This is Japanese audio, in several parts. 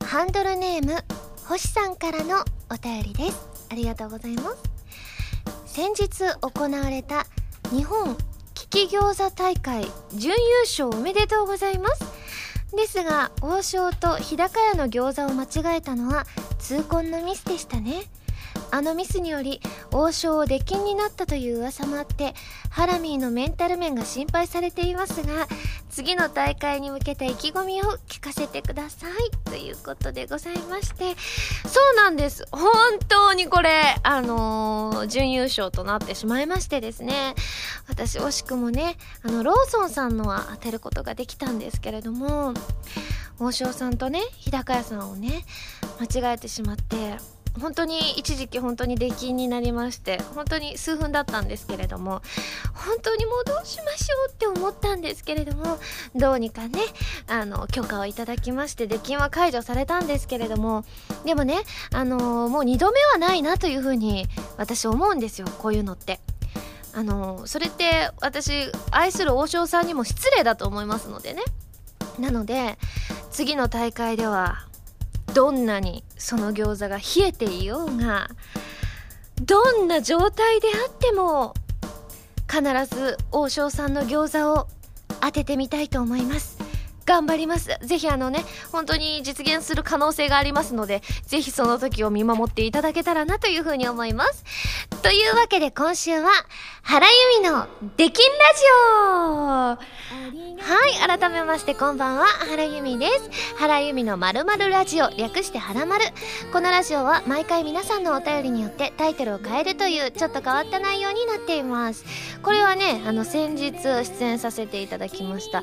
ハンドルネーム星さんからのお便りです。ありがとうございます。先日行われた日本利き餃子大会準優勝おめでとうございます。ですが王将と日高屋の餃子を間違えたのは痛恨のミスでしたね。あのミスにより王将を出禁になったという噂もあって、ハラミーのメンタル面が心配されていますが、次の大会に向けた意気込みを聞かせてくださいということでございまして、そうなんです、本当にこれ準優勝となってしまいましてですね、私惜しくもねローソンさんのは当てることができたんですけれども、王将さんとね日高屋さんをね間違えてしまって、本当に一時期本当に出禁になりまして、本当に数分だったんですけれども、本当にもうどうしましょうって思ったんですけれども、どうにかね許可をいただきまして出禁は解除されたんですけれども、でもねもう2度目はないなというふうに私思うんですよ、こういうのって。それって私愛する王将さんにも失礼だと思いますのでね。なので次の大会ではどんなにその餃子が冷えていようが、どんな状態であっても必ず王将さんの餃子を当ててみたいと思います。頑張ります。ぜひ本当に実現する可能性がありますので、ぜひその時を見守っていただけたらなというふうに思います。というわけで今週は原由美の出禁ラジオ。はい、改めましてこんばんは、原由美です。原由美の〇〇ラジオ、略して原〇。このラジオは毎回皆さんのお便りによってタイトルを変えるというちょっと変わった内容になっています。これはね先日出演させていただきました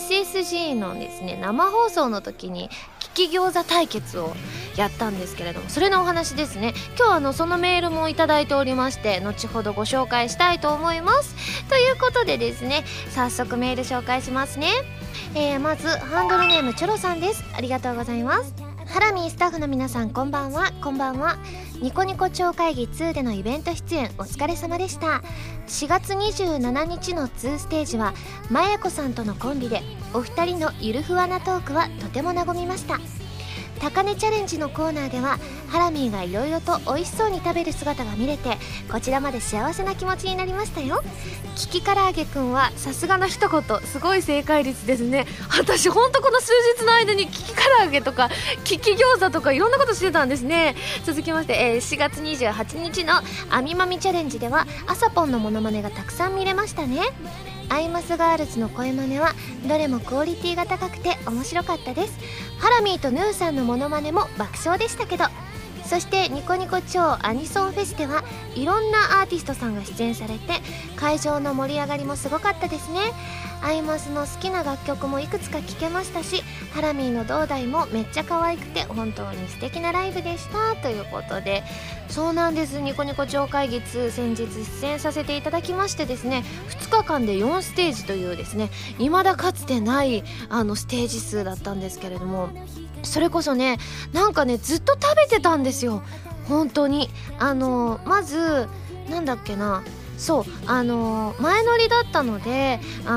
SSG のですね生放送の時に利き餃子対決をやったんですけれども、それのお話ですね。今日そのメールもいただいておりまして、後ほどご紹介したいと思います。ということでですね、早速メール紹介しますね。まずハンドルネームチョロさんです。ありがとうございます。ハラミースタッフの皆さんこんばんは。こんばんは。ニコニコ超会議2でのイベント出演お疲れ様でした。4月27日の2ステージはまやこさんとのコンビで、お二人のゆるふわなトークはとても和みました。高値チャレンジのコーナーではハラミーがいろいろと美味しそうに食べる姿が見れて、こちらまで幸せな気持ちになりましたよ。キキ唐揚げくんはさすがの一言、すごい正解率ですね。私ほんとこの数日の間にキキ唐揚げとかキキ餃子とかいろんなことしてたんですね。続きまして、4月28日のあみまみチャレンジではあさぽんのモノマネがたくさん見れましたね。アイマスガールズの声真似はどれもクオリティが高くて面白かったです。ハラミーとヌーさんのモノマネも爆笑でしたけど、そしてニコニコ超アニソンフェスではいろんなアーティストさんが出演されて、会場の盛り上がりもすごかったですね。アイマスの好きな楽曲もいくつか聴けましたし、ハラミーの胴体もめっちゃ可愛くて本当に素敵なライブでしたということで、そうなんです。ニコニコ超会議2先日出演させていただきましてですね、2日間で4ステージというですね、未だかつてないステージ数だったんですけれども、それこそねずっと食べてたんですよ、本当に。まずなんだっけな、そう前乗りだったので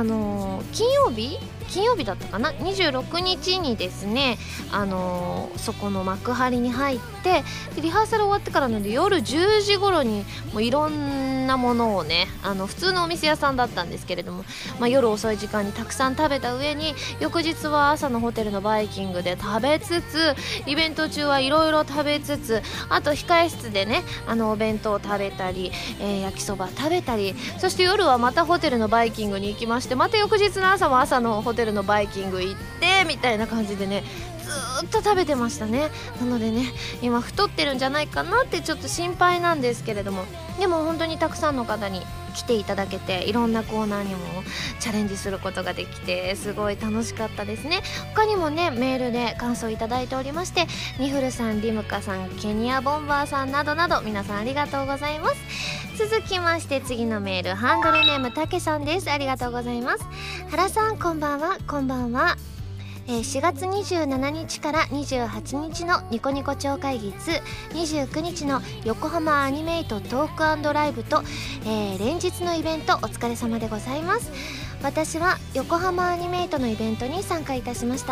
金曜日だったかな、26日にですねそこの幕張に入って、リハーサル終わってからなので夜10時頃にもういろんなものをね普通のお店屋さんだったんですけれども、夜遅い時間にたくさん食べた上に、翌日は朝のホテルのバイキングで食べつつ、イベント中はいろいろ食べつつ、あと控え室でねお弁当を食べたり、焼きそば食べたり、そして夜はまたホテルのバイキングに行きまして、また翌日の朝も朝のホテルのバイキング行ってみたいな感じでね、ずっと食べてましたね。なのでね今太ってるんじゃないかなってちょっと心配なんですけれども、でも本当にたくさんの方に来ていただけて、いろんなコーナーにもチャレンジすることができてすごい楽しかったですね。他にもねメールで感想いただいておりまして、ニフルさん、リムカさん、ケニアボンバーさんなどなど皆さんありがとうございます。続きまして次のメール、ハンドルネームたけさんです。ありがとうございます。原さんこんばんは。こんばんは。4月27日から28日のニコニコ超会議2、29日の横浜アニメイトトーク&ライブと、連日のイベントお疲れ様でございます。私は横浜アニメイトのイベントに参加いたしました。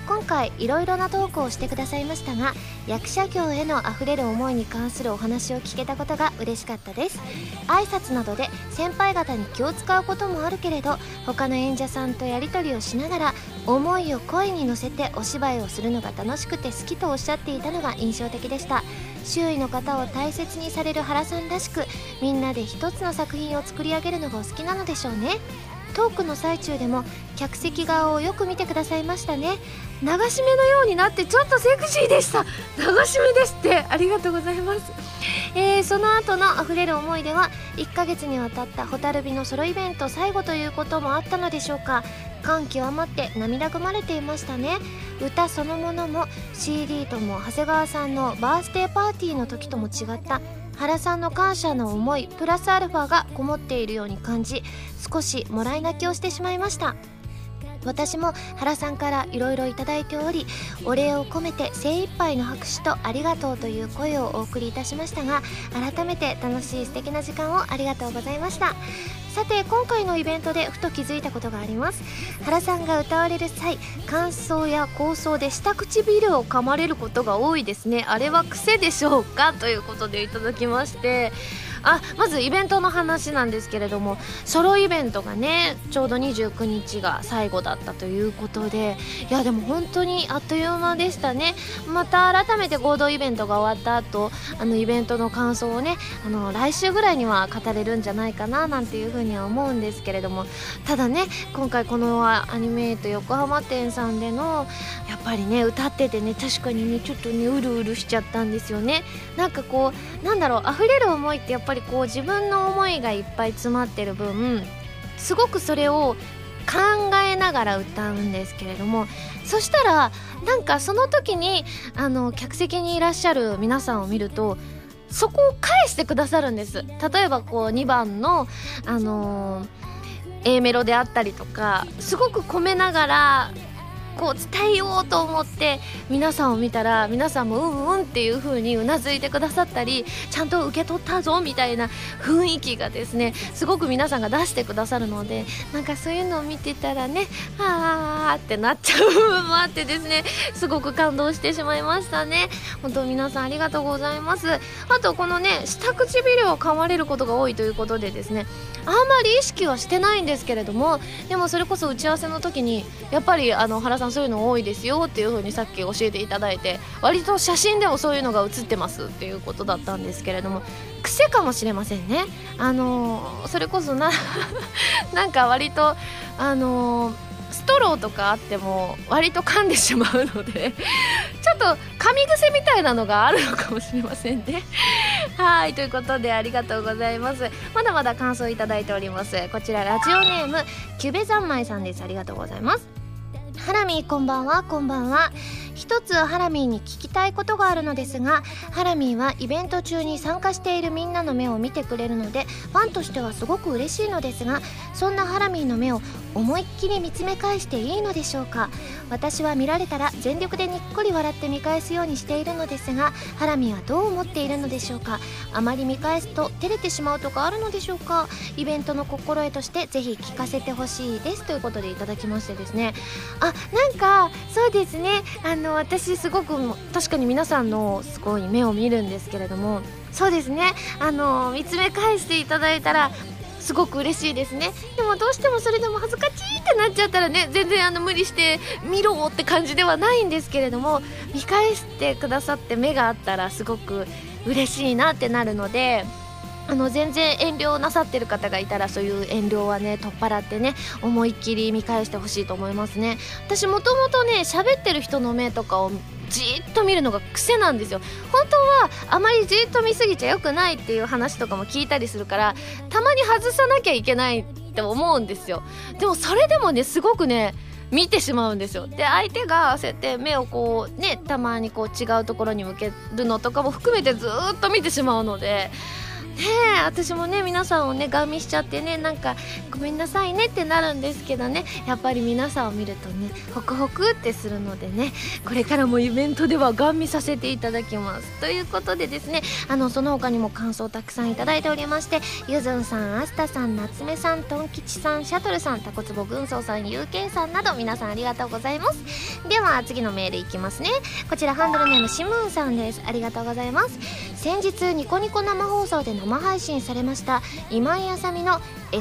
今回いろいろなトークをしてくださいましたが、役者業へのあふれる思いに関するお話を聞けたことが嬉しかったです。挨拶などで先輩方に気を使うこともあるけれど、他の演者さんとやり取りをしながら思いを声に乗せてお芝居をするのが楽しくて好きとおっしゃっていたのが印象的でした。周囲の方を大切にされる原さんらしく、みんなで一つの作品を作り上げるのがお好きなのでしょうね。トークの最中でも客席側をよく見てくださいましたね。流し目のようになってちょっとセクシーでした。流し目ですって、ありがとうございます。その後のあふれる思いでは、1ヶ月にわたった蛍火のソロイベント最後ということもあったのでしょうか。感極まって涙ぐまれていましたね。歌そのものも CD とも長谷川さんのバースデーパーティーの時とも違った原さんの感謝の思いプラスアルファがこもっているように感じ、少しもらい泣きをしてしまいました。私も原さんからいろいろいただいており、お礼を込めて精一杯の拍手とありがとうという声をお送りいたしましたが、改めて楽しい素敵な時間をありがとうございました。さて、今回のイベントでふと気づいたことがあります。原さんが歌われる際、感想や構想で下唇を噛まれることが多いですね。あれは癖でしょうか、ということでいただきまして、まずイベントの話なんですけれども、ソロイベントがねちょうど29日が最後だったということで、いやでも本当にあっという間でしたね。また改めて合同イベントが終わった後、イベントの感想をね来週ぐらいには語れるんじゃないかななんていうふうには思うんですけれども、ただね今回このアニメイト横浜店さんでのやっぱりね歌っててね、確かにねちょっとねうるうるしちゃったんですよね。なんかこうなんだろう、溢れる思いってやっぱりこう自分の思いがいっぱい詰まってる分、すごくそれを考えながら歌うんですけれども、そしたらなんかその時に客席にいらっしゃる皆さんを見ると、そこを返してくださるんです。例えばこう2番のA メロであったりとか、すごく込めながらこう伝えようと思って皆さんを見たら、皆さんもうんうんっていう風にうなずいてくださったり、ちゃんと受け取ったぞみたいな雰囲気がですね、すごく皆さんが出してくださるので、なんかそういうのを見てたらね、あーってなっちゃう部分もあってですね、すごく感動してしまいましたね。本当皆さんありがとうございます。あとこのね下唇を噛まれることが多いということでですね、あんまり意識はしてないんですけれども、でもそれこそ打ち合わせの時にやっぱり原さんそういうの多いですよっていう風にさっき教えていただいて、割と写真でもそういうのが写ってますっていうことだったんですけれども、癖かもしれませんね。それこそなんか割とストローとかあっても割と噛んでしまうのでちょっと噛み癖みたいなのがあるのかもしれませんね。はい、ということでありがとうございます。まだまだ感想いただいております。こちらラジオネームキュベ三昧さんです。ありがとうございます。ハラミーこんばんは。こんばんは。一つハラミーに聞きたいことがあるのですが、ハラミーはイベント中に参加しているみんなの目を見てくれるのでファンとしてはすごく嬉しいのですが、そんなハラミーの目を思いっきり見つめ返していいのでしょうか。私は見られたら全力でにっこり笑って見返すようにしているのですが、ハラミーはどう思っているのでしょうか。あまり見返すと照れてしまうとかあるのでしょうか。イベントの心得としてぜひ聞かせてほしいです、ということでいただきましてですね、なんかそうですね、私すごく確かに皆さんのすごい目を見るんですけれども、そうですね、見つめ返していただいたらすごく嬉しいですね。でもどうしてもそれでも恥ずかしいってなっちゃったらね、全然無理して見ろって感じではないんですけれども、見返してくださって目があったらすごく嬉しいなってなるので、全然遠慮なさってる方がいたら、そういう遠慮はね取っ払ってね、思いっきり見返してほしいと思いますね。私もともとね喋ってる人の目とかをじーっと見るのが癖なんですよ。本当はあまりじーっと見すぎちゃ良くないっていう話とかも聞いたりするから、たまに外さなきゃいけないって思うんですよ。でもそれでもねすごくね見てしまうんですよ。で相手がそうやって目をこうねたまにこう違うところに向けるのとかも含めてずーっと見てしまうので、 私もね皆さんをねガン見しちゃってね、なんかごめんなさいねってなるんですけどね、やっぱり皆さんを見るとねホクホクってするのでね、これからもイベントではガン見させていただきます。ということでですね、その他にも感想たくさんいただいておりまして、ゆずんさん、あすたさん、なつめさん、とんきちさん、シャトルさん、たこつぼ軍曹さん、ゆうけいさんなど皆さんありがとうございます。では次のメールいきますね。こちらハンドルネームしむんさんです。ありがとうございます。先日ニコニコ生放送で生配信されました今井あさみの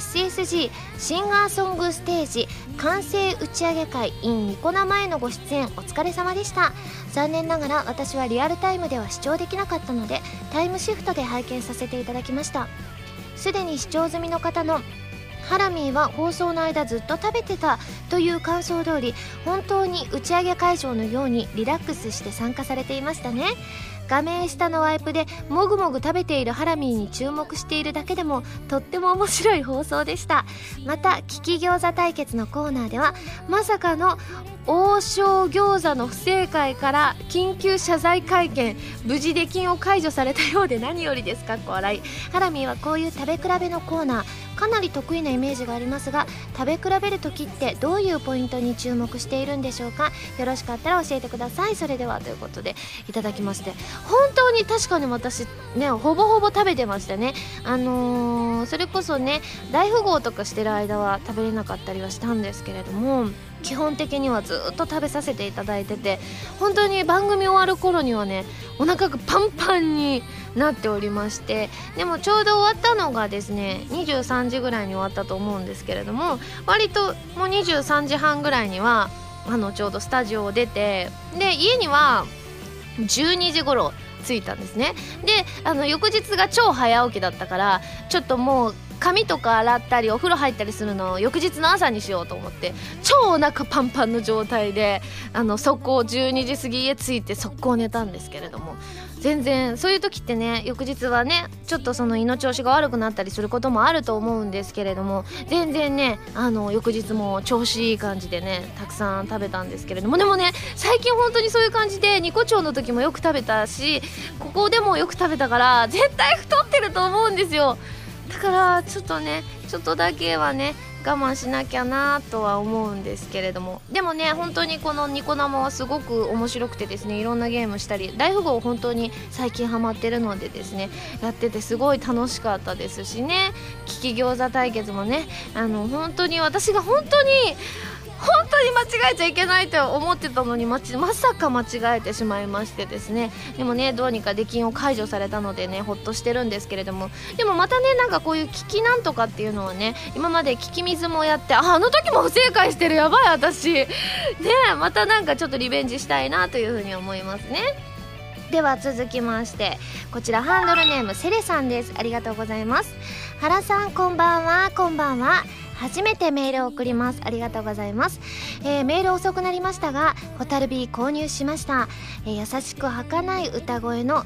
SSG シンガーソングステージ完成打ち上げ会 in ニコ生へのご出演お疲れ様でした。残念ながら私はリアルタイムでは視聴できなかったのでタイムシフトで拝見させていただきました。すでに視聴済みの方のハラミーは放送の間ずっと食べてたという感想通り、本当に打ち上げ会場のようにリラックスして参加されていましたね。画面下のワイプでもぐもぐ食べているハラミーに注目しているだけでもとっても面白い放送でした。また利き餃子対決のコーナーではまさかの王将餃子の不正解から緊急謝罪会見、無事出禁を解除されたようで何よりです。かっこ笑い。ハラミーはこういう食べ比べのコーナーかなり得意なイメージがありますが、食べ比べる時ってどういうポイントに注目しているんでしょうか。よろしかったら教えてください。それではということでいただきまして、本当に確かに私ねほぼほぼ食べてましたね。それこそね大富豪とかしてる間は食べれなかったりはしたんですけれども、基本的にはずっと食べさせていただいてて、本当に番組終わる頃にはねお腹がパンパンになっておりまして、でもちょうど終わったのがですね23時ぐらいに終わったと思うんですけれども、割ともう23時半ぐらいにはちょうどスタジオを出て、で家には12時頃着いたんですね。で翌日が超早起きだったから、ちょっともう髪とか洗ったりお風呂入ったりするのを翌日の朝にしようと思って超お腹パンパンの状態で速攻12時過ぎ家着いて速攻寝たんですけれども、全然そういう時ってね翌日はねちょっとその胃の調子が悪くなったりすることもあると思うんですけれども、全然ね翌日も調子いい感じでねたくさん食べたんですけれども、でもね最近本当にそういう感じでニコ腸の時もよく食べたし、ここでもよく食べたから絶対太ってると思うんですよ。だからちょっとねちょっとだけはね我慢しなきゃなとは思うんですけれども、でもね本当にこのニコ生はすごく面白くてですね、いろんなゲームしたり大富豪本当に最近ハマってるのでですねやっててすごい楽しかったですしね、利き餃子対決もね本当に私が本当に間違えちゃいけないと思ってたのにまさか間違えてしまいましてですね、でもねどうにか出禁を解除されたのでねほっとしてるんですけれども、でもまたねなんかこういう聞きなんとかっていうのはね今まで聞き水もやって、あの時も不正解してる、やばい私ねまたなんかちょっとリベンジしたいなというふうに思いますね。では続きましてこちらハンドルネームセレさんです。ありがとうございます。原さんこんばんは。こんばんは。初めてメールを送ります。ありがとうございます。メール遅くなりましたがホタルビー購入しました。優しく儚い歌声の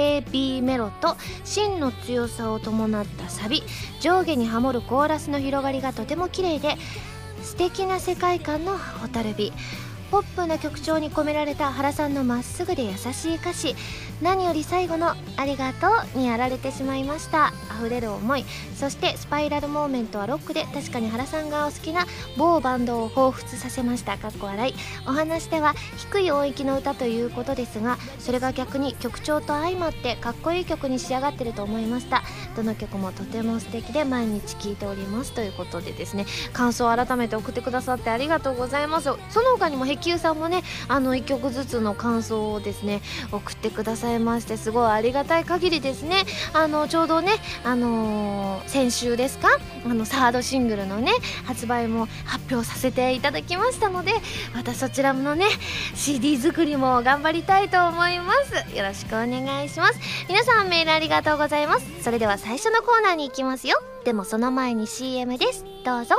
AB メロと芯の強さを伴ったサビ、上下にハモるコーラスの広がりがとても綺麗で素敵な世界観のホタルビー。ポップな曲調に込められた原さんのまっすぐで優しい歌詞、何より最後のありがとうにやられてしまいました。溢れる思い、そしてスパイラルモーメントはロックで確かに原さんがお好きな某バンドを彷彿させました。かっこ笑い。お話では低い音域の歌ということですが、それが逆に曲調と相まってかっこいい曲に仕上がってると思いました。どの曲もとても素敵で毎日聴いておりますということでですね、感想を改めて送ってくださってありがとうございます。その他にもヘキューさんもね1曲ずつの感想をですね送ってくださいまして、すごいありがたい限りですね。ちょうどね先週ですかサードシングルのね発売も発表させていただきましたので、またそちらのね CD 作りも頑張りたいと思います。よろしくお願いします。皆さんメールありがとうございます。それでは最初のコーナーに行きますよ。でもその前に CM です。どうぞ。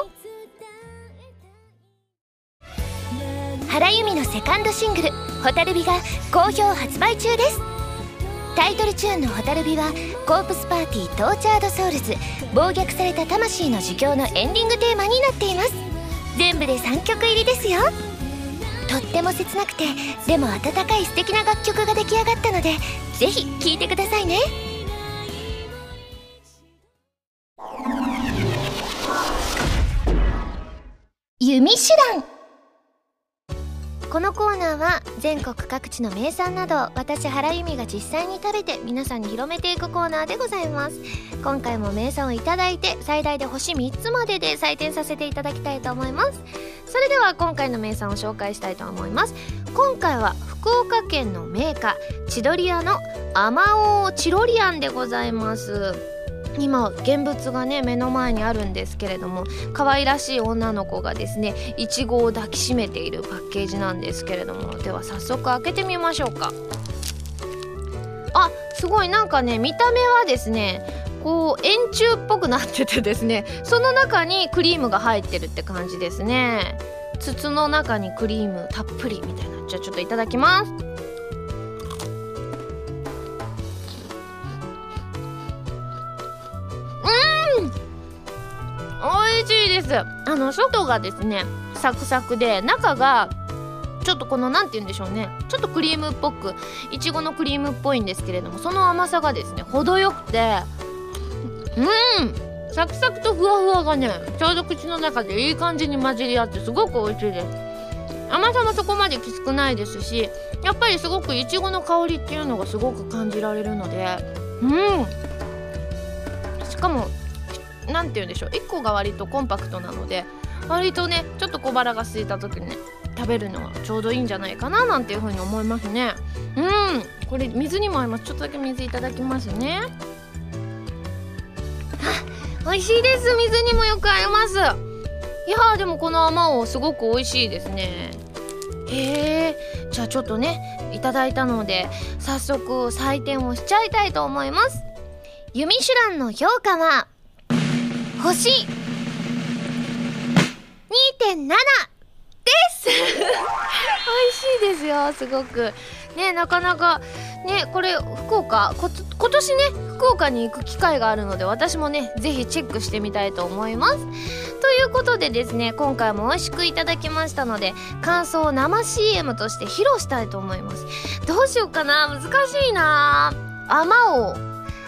原由美のセカンドシングル「ホタルビ」が好評発売中です。タイトルチューンの「ホタルビ」はコープスパーティートーチャードソウルズ暴虐された魂の儒教のエンディングテーマになっています。全部で3曲入りですよ。とっても切なくてでも温かい素敵な楽曲が出来上がったのでぜひ聴いてくださいね。 ユミシュラン。このコーナーは全国各地の名産など私原由美が実際に食べて皆さんに広めていくコーナーでございます。今回も名産をいただいて最大で星3つまでで採点させていただきたいと思います。それでは今回の名産を紹介したいと思います。今回は福岡県の銘菓千鳥屋のあまおうチロリアンでございます。今現物がね目の前にあるんですけれども、可愛らしい女の子がですねいちごを抱きしめているパッケージなんですけれども、では早速開けてみましょうか。あ、すごいなんかね見た目はですねこう円柱っぽくなっててですね、その中にクリームが入ってるって感じですね。筒の中にクリームたっぷりみたいな。じゃあちょっといただきます。美味しいです。外がですねサクサクで、中がちょっとこのなんて言うんでしょうね、ちょっとクリームっぽく、いちごのクリームっぽいんですけれども、その甘さがですね程よくて、サクサクとふわふわがねちょうど口の中でいい感じに混じり合ってすごく美味しいです。甘さもそこまできつくないですし、やっぱりすごくいちごの香りっていうのがすごく感じられるので、しかもなんて言うんでしょう、1個が割とコンパクトなので、割とねちょっと小腹が空いた時にね食べるのはちょうどいいんじゃないかななんていう風に思いますね。これ水にも合います。ちょっとだけ水いただきますね。美味しいです。水にもよく合います。いやーでもこのあまおうすごく美味しいですね。じゃあちょっとねいただいたので早速採点をしちゃいたいと思います。ユミシュランの評価は星 2.7 です美味しいですよ、すごくね。なかなかねこれ福岡今年ね福岡に行く機会があるので、私もねぜひチェックしてみたいと思います。ということでですね、今回も美味しくいただきましたので感想を生 CM として披露したいと思います。どうしようかな、難しいな。あまおう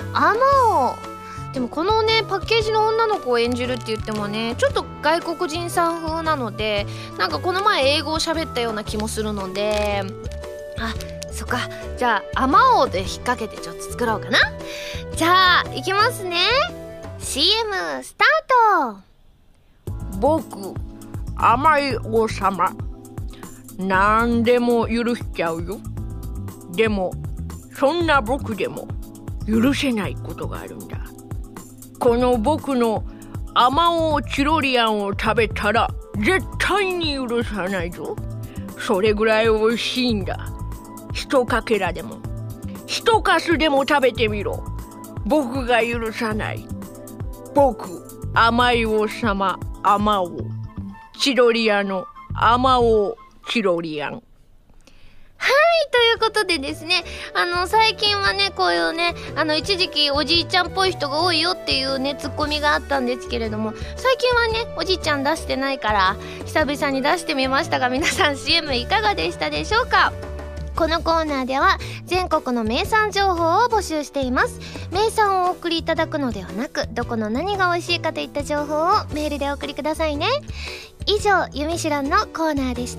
でもこのねパッケージの女の子を演じるって言ってもねちょっと外国人さん風なので、なんかこの前英語を喋ったような気もするので、そっか、じゃああまおうで引っ掛けてちょっと作ろうかな。じゃあいきますね。 CM スタート。 僕甘い王様、何でも許しちゃうよ。でもそんな僕でも許せないことがあるんだ。この僕のあまおうチロリアンを食べたら絶対に許さないぞ。それぐらい美味しいんだ。一かけらでも一かすでも食べてみろ。僕が許さない。僕甘い王様あまおうチロリアのあまおうチロリアン。 ということでですね、最近はねこういうね一時期おじいちゃんっぽい人が多いよっていうねツッコミがあったんですけれども、最近はねおじいちゃん出してないから久々に出してみましたが、皆さん CM いかがでしたでしょうか。このコーナーでは全国の名産情報を募集しています。名産をお送りいただくのではなく、どこの何が美味しいかといった情報をメールでお送りくださいね。以上、ユミシュランのコーナーでした。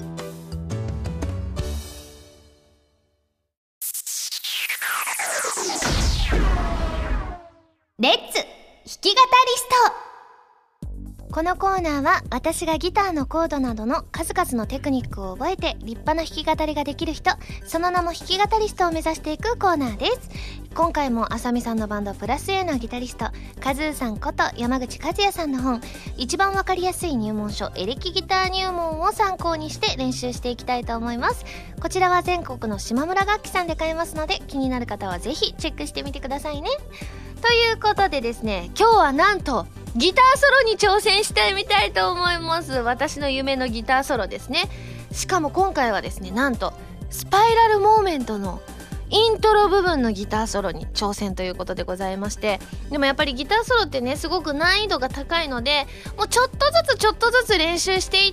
レッツ弾き語りスト。このコーナーは私がギターのコードなどの数々のテクニックを覚えて立派な弾き語りができる人、その名も弾き語りストを目指していくコーナーです。今回もあさみさんのバンドプラス A のギタリストカズーさんこと山口和也さんの本、一番わかりやすい入門書エレキギター入門を参考にして練習していきたいと思います。こちらは全国の島村楽器さんで買えますので、気になる方はぜひチェックしてみてくださいね。ということでですね、今日はなんとギターソロに挑戦してみたいと思います。私の夢のギターソロですね。しかも今回はですね、なんとスパイラルモーメントのイントロ部分のギターソロに挑戦ということでございまして、でもやっぱりギターソロってねすごく難易度が高いので、もうちょっとずつ練習していって、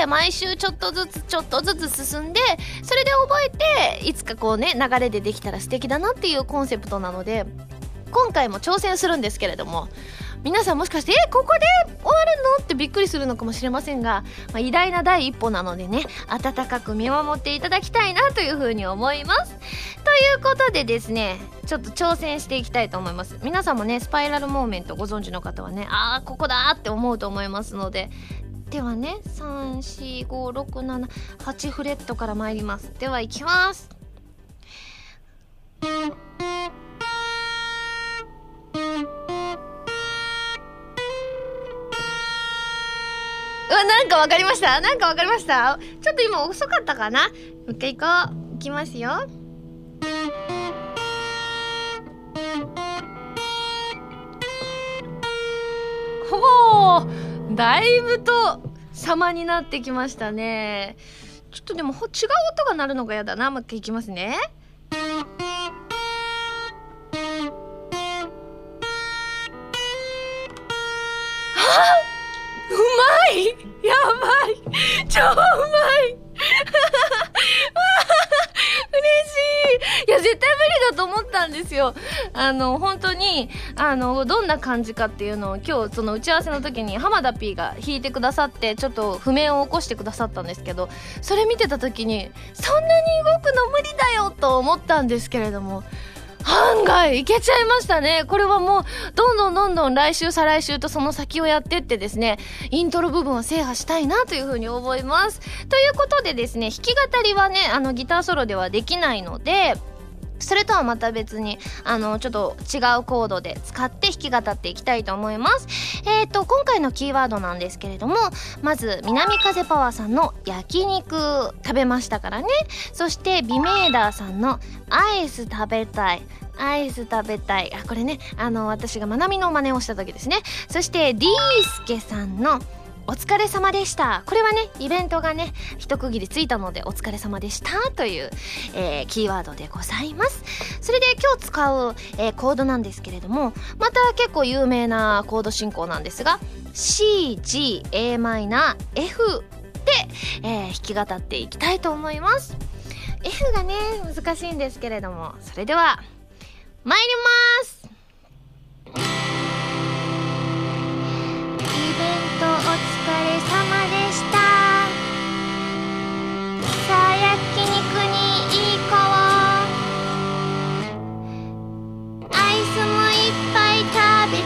毎週ちょっとずつ進んで、それで覚えていつかこうね流れでできたら素敵だなっていうコンセプトなので、今回も挑戦するんですけれども、 皆さんもしかしてここで終わるのってびっくりするのかもしれませんが、偉大な第一歩なのでね、温かく見守っていただきたいなというふうに思います。ということでですね、ちょっと挑戦していきたいと思います。皆さんもねスパイラルモーメントご存知の方はね、ここだって思うと思いますので、ではね、34567 フレットから参ります。ではいきます。なんかわかりました。ちょっと今遅かったかな。もう一回行こう。いきますよ。ほー、だいぶと様になってきましたね。ちょっとでも違う音が鳴るのがやだな。もう一回いきますね。うまい、やばい、超うまい嬉しい。いや絶対無理だと思ったんですよ。本当にどんな感じかっていうのを今日その打ち合わせの時に浜田 P が弾いてくださって、ちょっと譜面を起こしてくださったんですけど、それ見てた時にそんなに動くの無理だよと思ったんですけれども、案外いけちゃいましたね。これはもうどんどん来週再来週とその先をやってってですね、イントロ部分を制覇したいなというふうに思います。ということでですね、弾き語りはねギターソロではできないので、それとはまた別にちょっと違うコードで使って弾き語っていきたいと思います。今回のキーワードなんですけれども、まず南風パワーさんの焼肉食べましたからね。そしてビメーダーさんのアイス食べたい、これね私がまなみの真似をした時ですね。そしてリースケさんのお疲れ様でした。これはねイベントがね一区切りついたのでお疲れ様でしたという、キーワードでございます。それで今日使う、コードなんですけれども、また結構有名なコード進行なんですが C、G、Am、F で、弾き語っていきたいと思います。 F がね難しいんですけれども、それでは参ります。お疲れ様でした。さあ焼肉に行こう。アイスもいっぱい食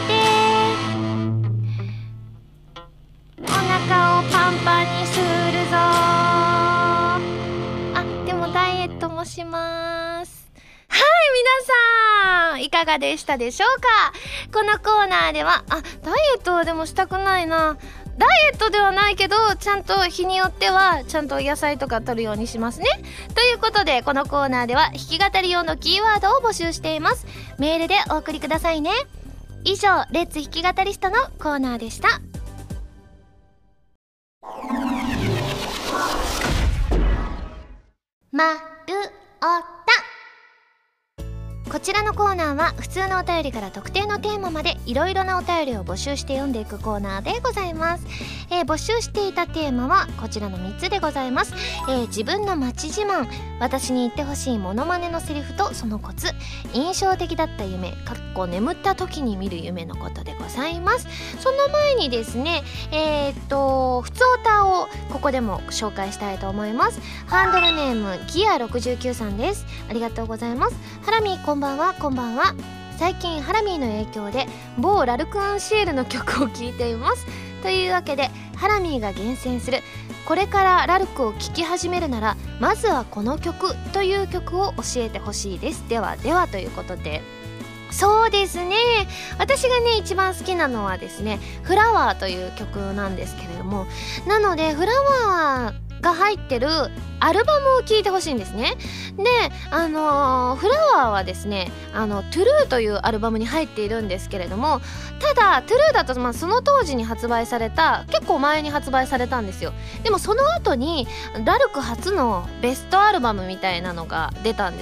べてお腹をパンパンにするぞ。でもダイエットもします。はい、皆さんいかがでしたでしょうか。このコーナーではダイエットはでもしたくないな。ダイエットではないけどちゃんと日によってはちゃんと野菜とか取るようにしますね。ということでこのコーナーでは弾き語り用のキーワードを募集しています。メールでお送りくださいね。以上レッツ弾き語りストのコーナーでした。まるおた。こちらのコーナーは普通のお便りから特定のテーマまでいろいろなお便りを募集して読んでいくコーナーでございます。募集していたテーマはこちらの3つでございます。自分の町自慢、私に言ってほしいモノマネのセリフとそのコツ、印象的だった夢眠った時に見る夢のことでございます。その前にですねふつおたをここでも紹介したいと思います。ハンドルネームギア69さんです。ありがとうございます。ハラミーこんばんは。こんばんは。最近ハラミーの影響で某ラルク・アンシエルの曲を聴いています。というわけでハラミーが厳選するこれからラルクを聴き始めるならまずはこの曲という曲を教えてほしいです。ではではということで、そうですね、私がね一番好きなのはですねフラワーという曲なんですけれども、なのでフラワーが入ってるアルバムを聴いてほしいんですね。でフラワーはですねトゥルーというアルバムに入っているんですけれども、ただトゥルーだとその当時に発売された、結構前に発売されたんですよ。でもその後にラルク初のベストアルバムみたいなのが出たんですよ。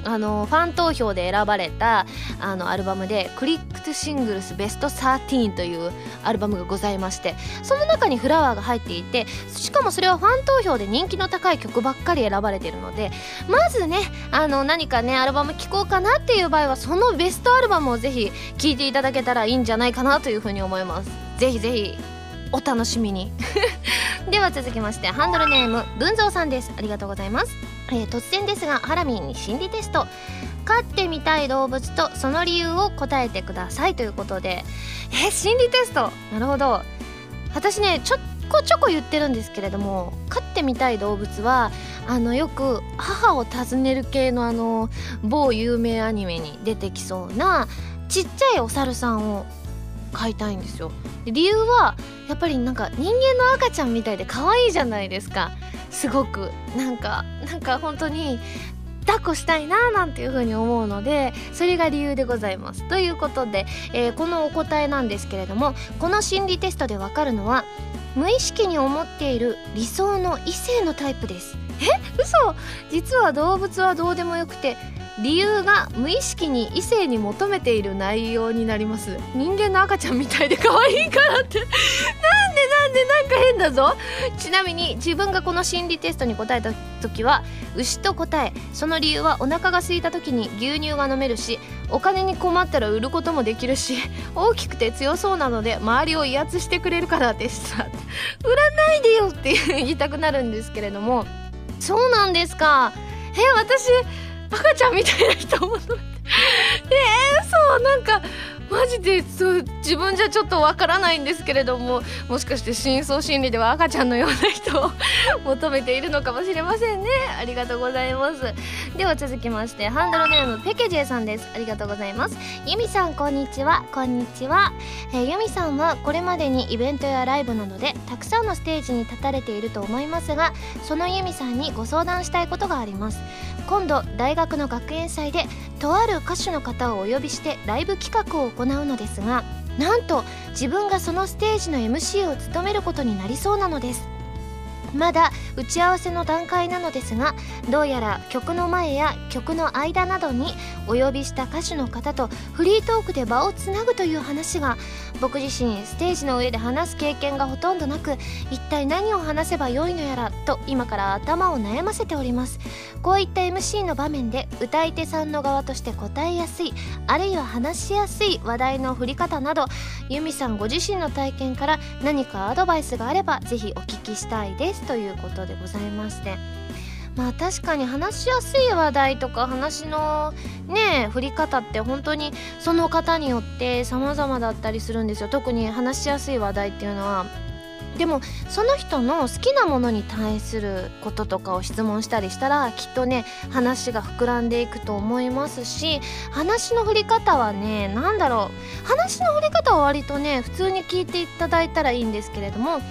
ファン投票で選ばれたアルバムでクリックトシングルスベスト13というアルバムがございまして、その中にフラワーが入っていて、しかもそれはファン投票で人気の高い曲ばっかり選ばれているので、まずね何かねアルバム聴こうかなっていう場合はそのベストアルバムをぜひ聴いていただけたらいいんじゃないかなというふうに思います。ぜひぜひお楽しみにでは続きまして、ハンドルネーム文蔵さんです。ありがとうございます。突然ですがハラミンに心理テスト、飼ってみたい動物とその理由を答えてくださいということで、心理テスト、なるほど。私ねちょこ言ってるんですけれども、飼ってみたい動物はよく母を訪ねる系の某有名アニメに出てきそうなちっちゃいお猿さんを飼いたいんですよ。理由はやっぱりなんか人間の赤ちゃんみたいで可愛いじゃないですか。すごくなんか本当に抱っこしたいななんていう風に思うので、それが理由でございます。ということで、このお答えなんですけれども、この心理テストでわかるのは無意識に思っている理想の異性のタイプです。嘘。実は動物はどうでもよくて、理由が無意識に異性に求めている内容になります。人間の赤ちゃんみたいで可愛いからってなんか変だぞ。ちなみに自分がこの心理テストに答えた時は牛と答え、その理由はお腹が空いた時に牛乳が飲めるし、お金に困ったら売ることもできるし、大きくて強そうなので周りを威圧してくれるからでした。売らないでよって言いたくなるんですけれども、そうなんですか。私赤ちゃんみたいな人もそうなんかマジでそう自分じゃちょっとわからないんですけれども、もしかして深層心理では赤ちゃんのような人を求めているのかもしれませんね。ありがとうございます。では続きまして、ハンドルネームペケジェさんです。ありがとうございます。ユミさんこんにちは。こんにちは。ユミさんはこれまでにイベントやライブなどでたくさんのステージに立たれていると思いますが、そのユミさんにご相談したいことがあります。今度大学の学園祭でとある歌手の方をお呼びしてライブ企画を行うのですが、なんと自分がそのステージの MC を務めることになりそうなのです。まだ打ち合わせの段階なのですが、どうやら曲の前や曲の間などにお呼びした歌手の方とフリートークで場をつなぐという話が、僕自身ステージの上で話す経験がほとんどなく、一体何を話せばよいのやらと今から頭を悩ませております。こういった MC の場面で歌い手さんの側として答えやすい、あるいは話しやすい話題の振り方など、ユミさんご自身の体験から何かアドバイスがあればぜひお聞きしたいですということでございまして、まあ確かに話しやすい話題とか話のね振り方って本当にその方によって様々だったりするんですよ。特に話しやすい話題っていうのは。でもその人の好きなものに対することとかを質問したりしたら、きっとね話が膨らんでいくと思いますし、話の振り方はね、話の振り方は割とね普通に聞いていただいたらいいんですけれども、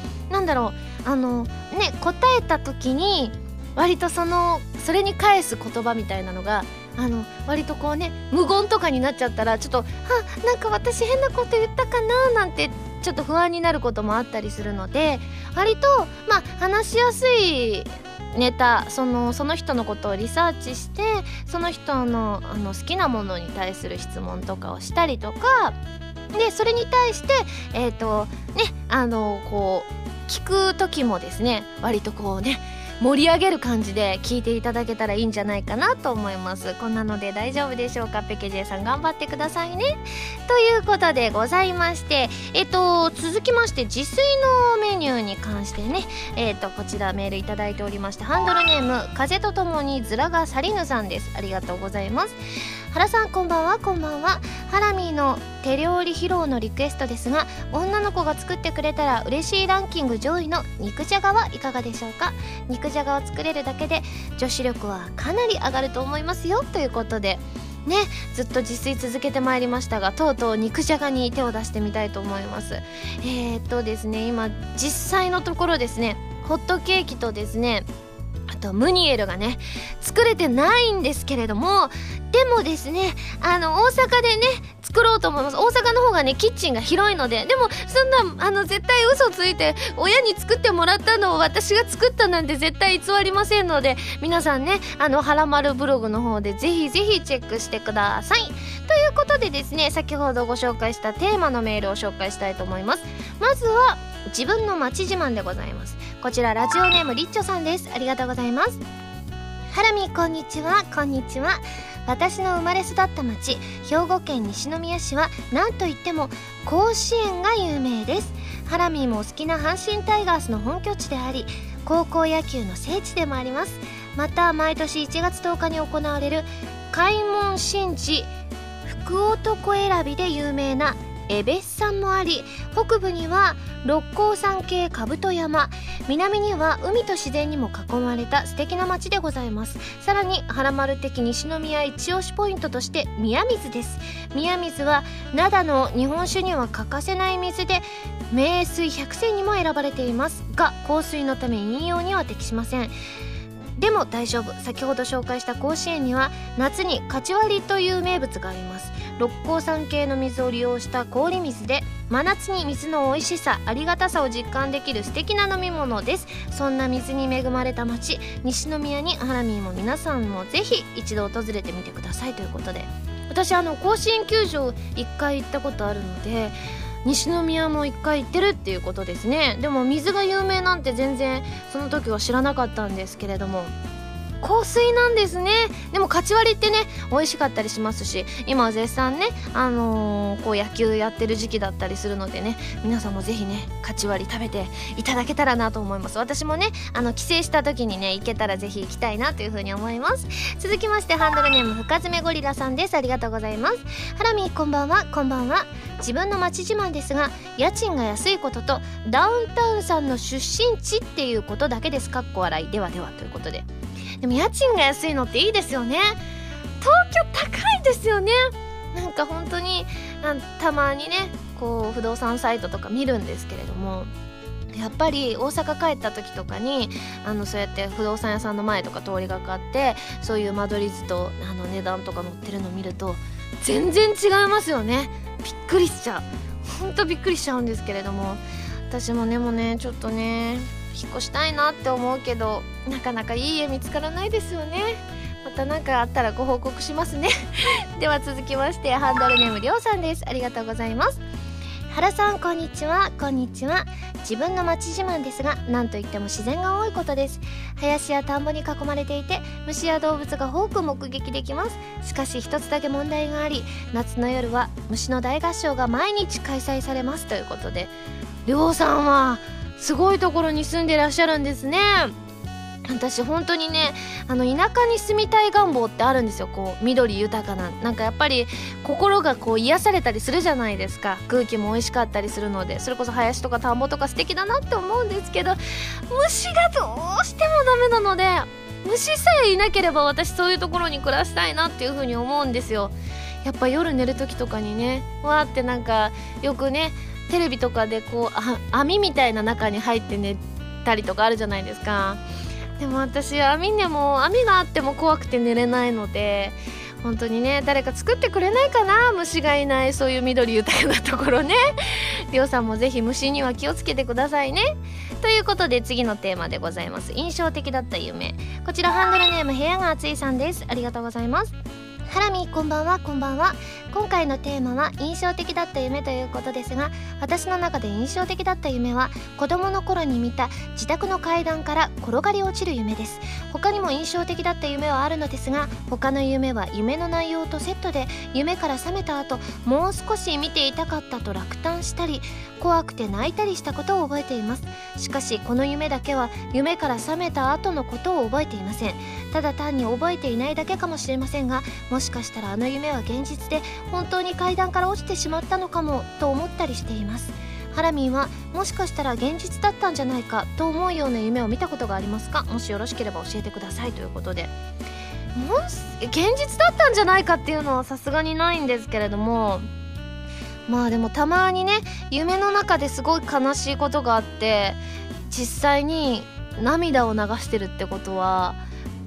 答えた時に割とそれに返す言葉みたいなのが割とこうね無言とかになっちゃったら、ちょっとなんか私変なこと言ったかななんてちょっと不安になることもあったりするので、割と話しやすいネタ、その人のことをリサーチして、その人の好きなものに対する質問とかをしたりとかで、それに対してこう聞く時もですね、割とこうね盛り上げる感じで聞いていただけたらいいんじゃないかなと思います。こんなので大丈夫でしょうか。ペケジェさん頑張ってくださいねということでございまして、続きまして自炊のメニューに関してね、こちらメールいただいておりまして、ハンドルネーム風とともにズラがサリヌさんです。ありがとうございます。原さんこんばんは。こんばんは。ハラミーの手料理披露のリクエストですが、女の子が作ってくれたら嬉しいランキング上位の肉じゃがはいかがでしょうか。肉じゃがを作れるだけで女子力はかなり上がると思いますよということでね、ずっと自炊続けてまいりましたが、とうとう肉じゃがに手を出してみたいと思います。ですね、今実際のところですね、ホットケーキとですね、あとムニエルがね作れてないんですけれども、でもですね大阪でね作ろうと思います。大阪の方がねキッチンが広いので。でもそんな絶対嘘ついて親に作ってもらったのを私が作ったなんて絶対偽りませんので、皆さんねはらまるブログの方でぜひぜひチェックしてください。ということでですね、先ほどご紹介したテーマのメールを紹介したいと思います。まずは自分の町自慢でございます。こちらラジオネームリッチョさんです。ありがとうございます。ハラミこんにちは。こんにちは。私の生まれ育った町兵庫県西宮市はなんといっても甲子園が有名です。ハラミもお好きな阪神タイガースの本拠地であり、高校野球の聖地でもあります。また毎年1月10日に行われる開門神事福男選びで有名なエベス山もあり、北部には六甲山系兜山、南には海と自然にも囲まれた素敵な町でございます。さらにはらまる的西宮一押しポイントとして宮水です。宮水は灘の日本酒には欠かせない水で名水100選にも選ばれていますが、香水のため飲用には適しません。でも大丈夫。先ほど紹介した甲子園には夏にかち割りという名物があります。六甲山系の水を利用した氷水で真夏に水の美味しさありがたさを実感できる素敵な飲み物です。そんな水に恵まれた町西宮にハラミーも皆さんもぜひ一度訪れてみてくださいということで、私甲子園球場1回行ったことあるので西宮も1回行ってるっていうことですね。でも水が有名なんて全然その時は知らなかったんですけれども、香水なんですね。でもかち割りってね美味しかったりしますし、今は絶賛ねこう野球やってる時期だったりするのでね、皆さんもぜひねかち割り食べていただけたらなと思います。私もね帰省した時にね行けたらぜひ行きたいなというふうに思います。続きましてハンドルネーム深爪ゴリラさんです。ありがとうございます。ハラミこんばんは。こんばんは。自分の町自慢ですが、家賃が安いこととダウンタウンさんの出身地っていうことだけです。かっこ笑いではではということで、でも家賃が安いのっていいですよね。東京高いですよね。なんか本当にたまにねこう不動産サイトとか見るんですけれども、やっぱり大阪帰った時とかにそうやって不動産屋さんの前とか通りがかってそういう間取り図と値段とか載ってるの見ると全然違いますよね。びっくりしちゃう。本当びっくりしちゃうんですけれども、私もねちょっとね引っ越したいなって思うけどなかなかいい家見つからないですよね。また何かあったらご報告しますねでは続きましてハンドルネームりょうさんです。ありがとうございます。原さんこんにちは。こんにちは。自分の町自慢ですが、なんといっても自然が多いことです。林や田んぼに囲まれていて虫や動物が多く目撃できます。しかし一つだけ問題があり、夏の夜は虫の大合唱が毎日開催されますということで、りょうさんはすごいところに住んでらっしゃるんですね。私本当にね田舎に住みたい願望ってあるんですよ。こう緑豊かな、なんかやっぱり心がこう癒されたりするじゃないですか。空気も美味しかったりするので、それこそ林とか田んぼとか素敵だなって思うんですけど、虫がどうしてもダメなので、虫さえいなければ私そういうところに暮らしたいなっていう風に思うんですよ。やっぱ夜寝る時とかにねわーってなんかよくねテレビとかでこう網みたいな中に入って寝たりとかあるじゃないですか。でも私網があっても怖くて寝れないので、本当にね誰か作ってくれないかな、虫がいないそういう緑豊かなところね。りょうさんもぜひ虫には気をつけてくださいね。ということで次のテーマでございます。印象的だった夢。こちらハンドルネーム部屋が暑いさんです。ありがとうございます。ハラミこんばんは。こんばんは。今回のテーマは印象的だった夢ということですが、私の中で印象的だった夢は子供の頃に見た自宅の階段から転がり落ちる夢です。他にも印象的だった夢はあるのですが、他の夢は夢の内容とセットで夢から覚めた後もう少し見ていたかったと落胆したり怖くて泣いたりしたことを覚えています。しかしこの夢だけは夢から覚めた後のことを覚えていません。ただ単に覚えていないだけかもしれませんが、もしかしたらあの夢は現実で本当に階段から落ちてしまったのかもと思ったりしています。ハラミンはもしかしたら現実だったんじゃないかと思うような夢を見たことがありますか？もしよろしければ教えてくださいということで、現実だったんじゃないかっていうのはさすがにないんですけれども、まあでもたまにね夢の中ですごい悲しいことがあって実際に涙を流してるってことは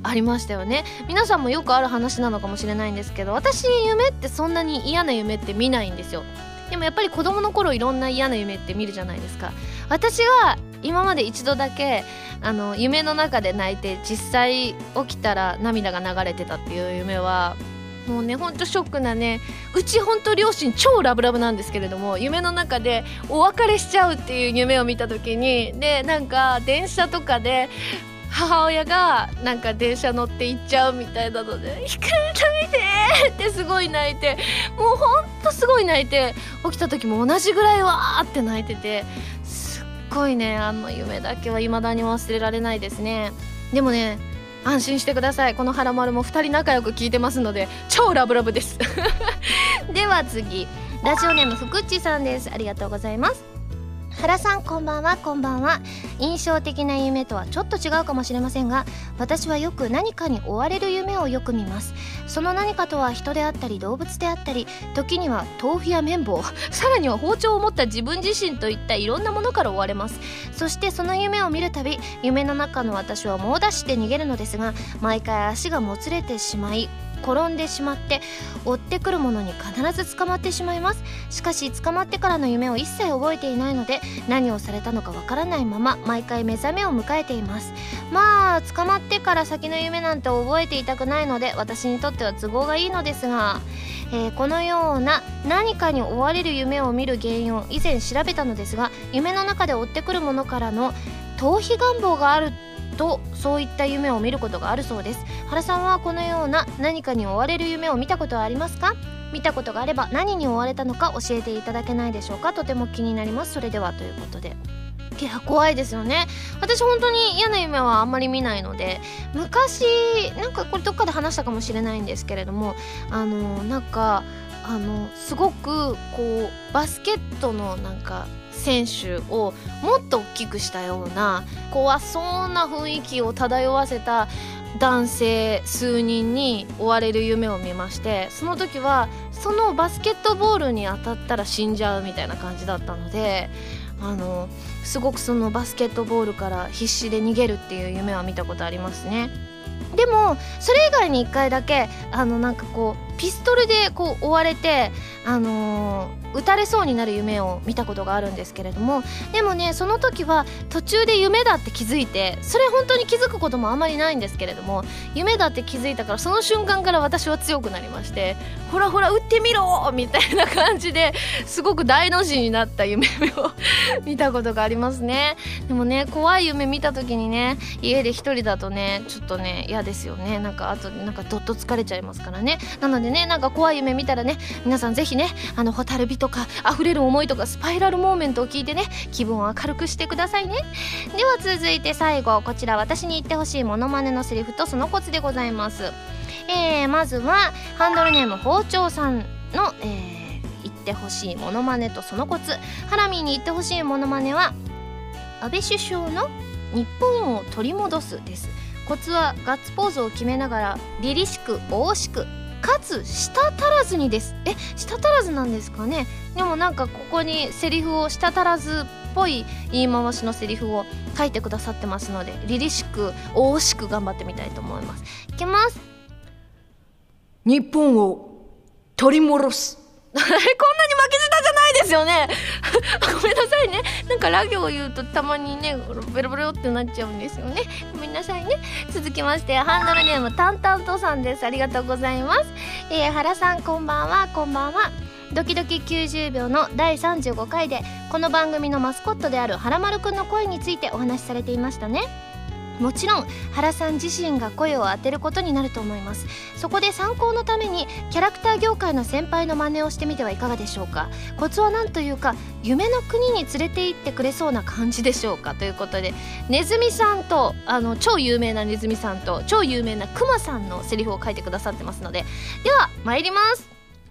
ありましたよね。皆さんもよくある話なのかもしれないんですけど、私夢ってそんなに嫌な夢って見ないんですよ。でもやっぱり子供の頃いろんな嫌な夢って見るじゃないですか。私は今まで一度だけ夢の中で泣いて実際起きたら涙が流れてたっていう夢はもうねほんとショックなね。うちほんと両親超ラブラブなんですけれども、夢の中でお別れしちゃうっていう夢を見た時に、でなんか電車とかで母親がなんか電車乗って行っちゃうみたいなので、ひくんと見てってすごい泣いて、もうほんとすごい泣いて、起きた時も同じぐらいわーって泣いてて、すっごいね夢だけは未だに忘れられないですね。でもね安心してください、このハラマルも2人仲良く聞いてますので超ラブラブですでは次、ラジオネームふくっちさんです。ありがとうございます。原さんこんばんは。こんばんは。印象的な夢とはちょっと違うかもしれませんが、私はよく何かに追われる夢をよく見ます。その何かとは人であったり動物であったり、時には豆腐や綿棒、さらには包丁を持った自分自身といったいろんなものから追われます。そしてその夢を見るたび、夢の中の私は猛ダッシュで逃げるのですが、毎回足がもつれてしまい転んでしまって、追ってくるものに必ず捕まってしまいます。しかし捕まってからの夢を一切覚えていないので、何をされたのかわからないまま毎回目覚めを迎えています。まあ捕まってから先の夢なんて覚えていたくないので、私にとっては都合がいいのですが、このような何かに追われる夢を見る原因を以前調べたのですが、夢の中で追ってくるものからの逃避願望があると、そういった夢を見ることがあるそうです。原さんはこのような何かに追われる夢を見たことはありますか？見たことがあれば何に追われたのか教えていただけないでしょうか。とても気になります。それではということで、いや怖いですよね。私本当に嫌な夢はあんまり見ないので、昔なんかこれどっかで話したかもしれないんですけれども、なんかすごくこうバスケットのなんか選手をもっと大きくしたような怖そうな雰囲気を漂わせた男性数人に追われる夢を見まして、その時はそのバスケットボールに当たったら死んじゃうみたいな感じだったので、すごくそのバスケットボールから必死で逃げるっていう夢は見たことありますね。でもそれ以外に1回だけなんかこうピストルでこう追われて撃たれそうになる夢を見たことがあるんですけれども、でもねその時は途中で夢だって気づいて、それ本当に気づくこともあまりないんですけれども、夢だって気づいたからその瞬間から私は強くなりまして、ほらほら撃ってみろみたいな感じですごく大の字になった夢を見たことがありますね。でもね怖い夢見た時にね、家で一人だとねちょっとね嫌ですよね。なんかあとなんかどっと疲れちゃいますからね。なのでね、なんか怖い夢見たらね、皆さんぜひねホタルビとか溢れる思いとかスパイラルモーメントを聞いてね、気分を明るくしてくださいね。では続いて最後、こちら私に言ってほしいモノマネのセリフとそのコツでございます。まずはハンドルネーム包丁さんの、言ってほしいモノマネとそのコツ。ハラミーに言ってほしいモノマネは安倍首相の日本を取り戻すです。コツはガッツポーズを決めながら凛々しく大々しくかつ舌足らずにです。舌足らずなんですかね。でもなんかここにセリフを舌足らずっぽい言い回しのセリフを書いてくださってますので、凛々しく大々しく頑張ってみたいと思います。いきます。 日本を取り戻すこんなに負け舌じゃないですよねごめんなさいね。なんかラ行を言うとたまにねベロベロってなっちゃうんですよね。ごめんなさいね。続きましてハンドルネームタンタントさんです。ありがとうございます。原さんこんばんは。こんばんは。ドキドキ90秒の第35回でこの番組のマスコットであるはらまるくんの声についてお話しされていましたね。もちろん原さん自身が声を当てることになると思います。そこで参考のためにキャラクター業界の先輩の真似をしてみてはいかがでしょうか。コツは何というか夢の国に連れて行ってくれそうな感じでしょうかということで、ネズミさんと超有名なネズミさんと超有名なクマさんのセリフを書いてくださってますので、では参ります。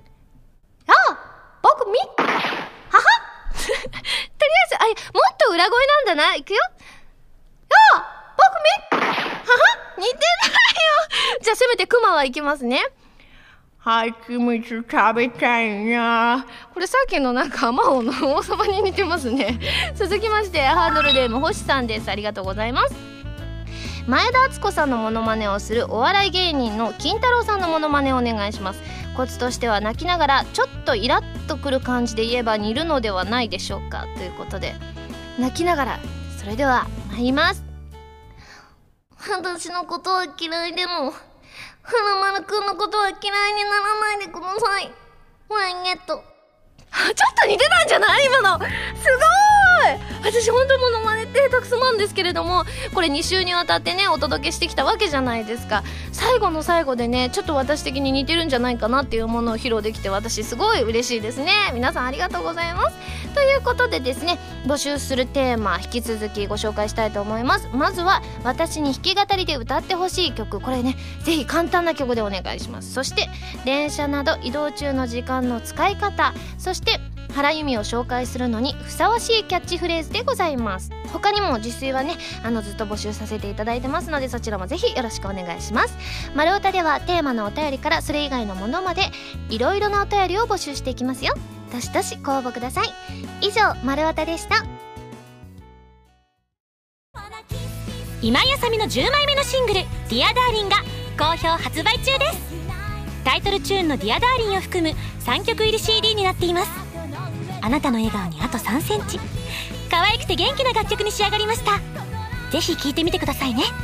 僕ははとりあえずもっと裏声なんだな。いくよ。似てないよ。じゃあせめてクマはいきますね。 蜂蜜食べたいな。 これさっきのなんかアマオの王様に似てますね続きましてハードルネーム星さんです。ありがとうございます。 前田敦子さんのモノマネをするお笑い芸人の金太郎さんのモノマネをお願いします。コツとしては泣きながらちょっとイラッとくる感じで言えば似るのではないでしょうかということで、泣きながら、それでは参ります。私のことは嫌いでも花丸くんのことは嫌いにならないでください。フライゲット。ちょっと似てたんじゃない今の。すごーい。私本当モノマネって下手くそなんですけれども、これ2週にわたってねお届けしてきたわけじゃないですか。最後の最後でねちょっと私的に似てるんじゃないかなっていうものを披露できて、私すごい嬉しいですね。皆さんありがとうございます。ということでですね、募集するテーマ引き続きご紹介したいと思います。まずは私に弾き語りで歌ってほしい曲、これねぜひ簡単な曲でお願いします。そして電車など移動中の時間の使い方、そして原由美を紹介するのにふさわしいキャッチフレーズでございます。他にも自炊はねずっと募集させていただいてますので、そちらもぜひよろしくお願いします。丸太ではテーマのお便りからそれ以外のものまでいろいろなお便りを募集していきますよ。どしどしご応募ください。以上、丸太でした。 今井あさみの10枚目のシングル「ディアダーリンが好評発売中です。タイトルチューンの「ディアダーリンを含む3曲入り CD になっています。あなたの笑顔にあと3センチ、可愛くて元気な楽曲に仕上がりました。ぜひ聴いてみてくださいね。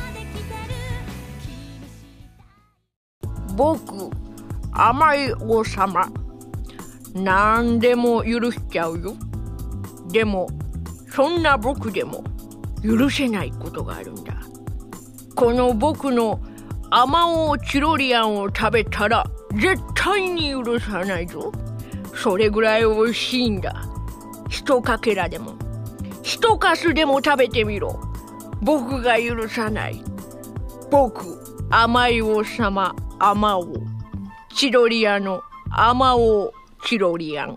僕甘い王様、何でも許しちゃうよ。でもそんな僕でも許せないことがあるんだ。この僕のあまおうチロリアンを食べたら絶対に許さないぞ。それぐらい美味しいんだ。一かけらでも一かすでも食べてみろ。僕が許さない。僕甘い王様、あまおうチロリアのあまおうチロリアン。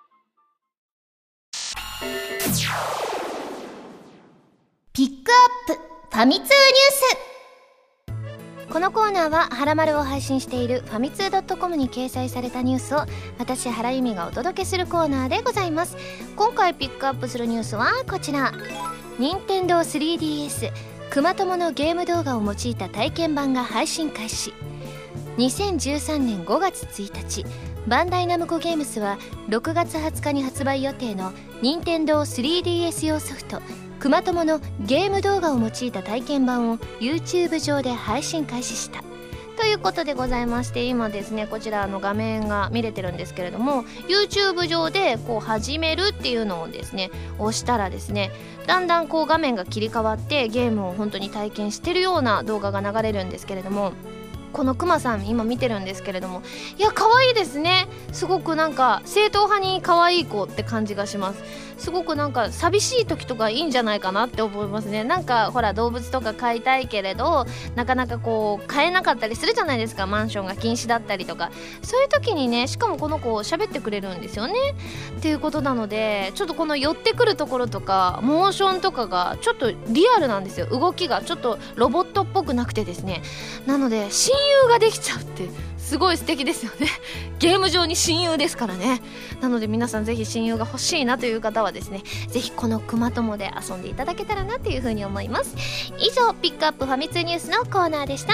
ピックアップファミ通ニュース。このコーナーははらまるを配信しているファミツー .com に掲載されたニュースを私原由美がお届けするコーナーでございます。今回ピックアップするニュースはこちら。任天堂 3DS くまとものゲーム動画を用いた体験版が配信開始。2013年5月1日、バンダイナムコゲームスは6月20日に発売予定の任天堂 3DS 用ソフトくまとものゲーム動画を用いた体験版を YouTube 上で配信開始したということでございまして、今ですねこちらの画面が見れてるんですけれども、 YouTube 上でこう始めるっていうのをですね押したらですね、だんだんこう画面が切り替わってゲームを本当に体験してるような動画が流れるんですけれども、このクマさん今見てるんですけれども、いや可愛いですね。すごくなんか正統派に可愛い子って感じがします。すごくなんか寂しい時とかいいんじゃないかなって思いますね。なんかほら動物とか飼いたいけれどなかなかこう飼えなかったりするじゃないですか。マンションが禁止だったりとか、そういう時にね、しかもこの子喋ってくれるんですよねっていうことなので、ちょっとこの寄ってくるところとかモーションとかがちょっとリアルなんですよ。動きがちょっとロボットっぽくなくてですね、なので親友ができちゃうってすごい素敵ですよね。ゲーム上に親友ですからね。なので皆さんぜひ親友が欲しいなという方はですね、ぜひこのくまともで遊んでいただけたらなというふうに思います。以上、ピックアップファミ通ニュースのコーナーでした。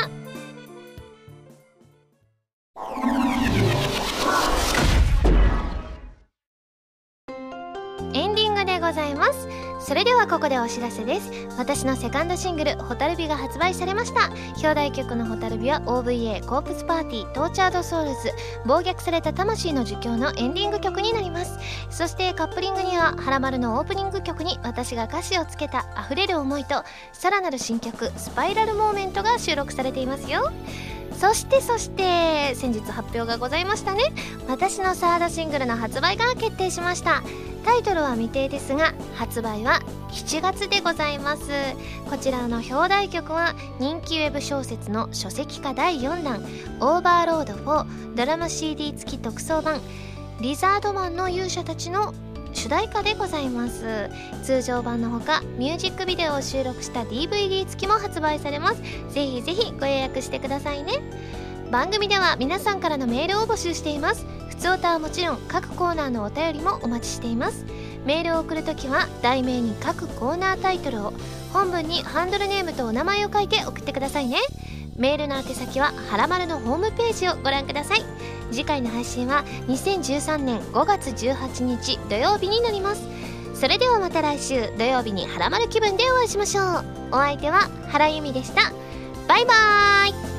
エンディングでございます。それではここでお知らせです。私のセカンドシングル「ホタルビ」が発売されました。表題曲の「ホタルビ」は OVA コープスパーティートーチャードソウルズ暴虐された魂の儒教のエンディング曲になります。そしてカップリングにははらまるのオープニング曲に私が歌詞をつけた溢れる思いとさらなる新曲スパイラルモーメントが収録されていますよ。そして先日発表がございましたね。私のサードシングルの発売が決定しました。タイトルは未定ですが発売は7月でございます。こちらの表題曲は人気ウェブ小説の書籍化第4弾オーバーロード4ドラマ CD 付き特装版リザードマンの勇者たちの主題歌でございます。通常版のほかミュージックビデオを収録した DVD 付きも発売されます。ぜひぜひご予約してくださいね。番組では皆さんからのメールを募集しています。普通歌はもちろん各コーナーのお便りもお待ちしています。 メールを送るときは題名に各コーナータイトルを、本文にハンドルネームとお名前を書いて送ってくださいね。メールの宛先ははらまるのホームページをご覧ください。次回の配信は2013年5月18日土曜日になります。それではまた来週土曜日にはらまる気分でお会いしましょう。お相手は原由美でした。バイバーイ。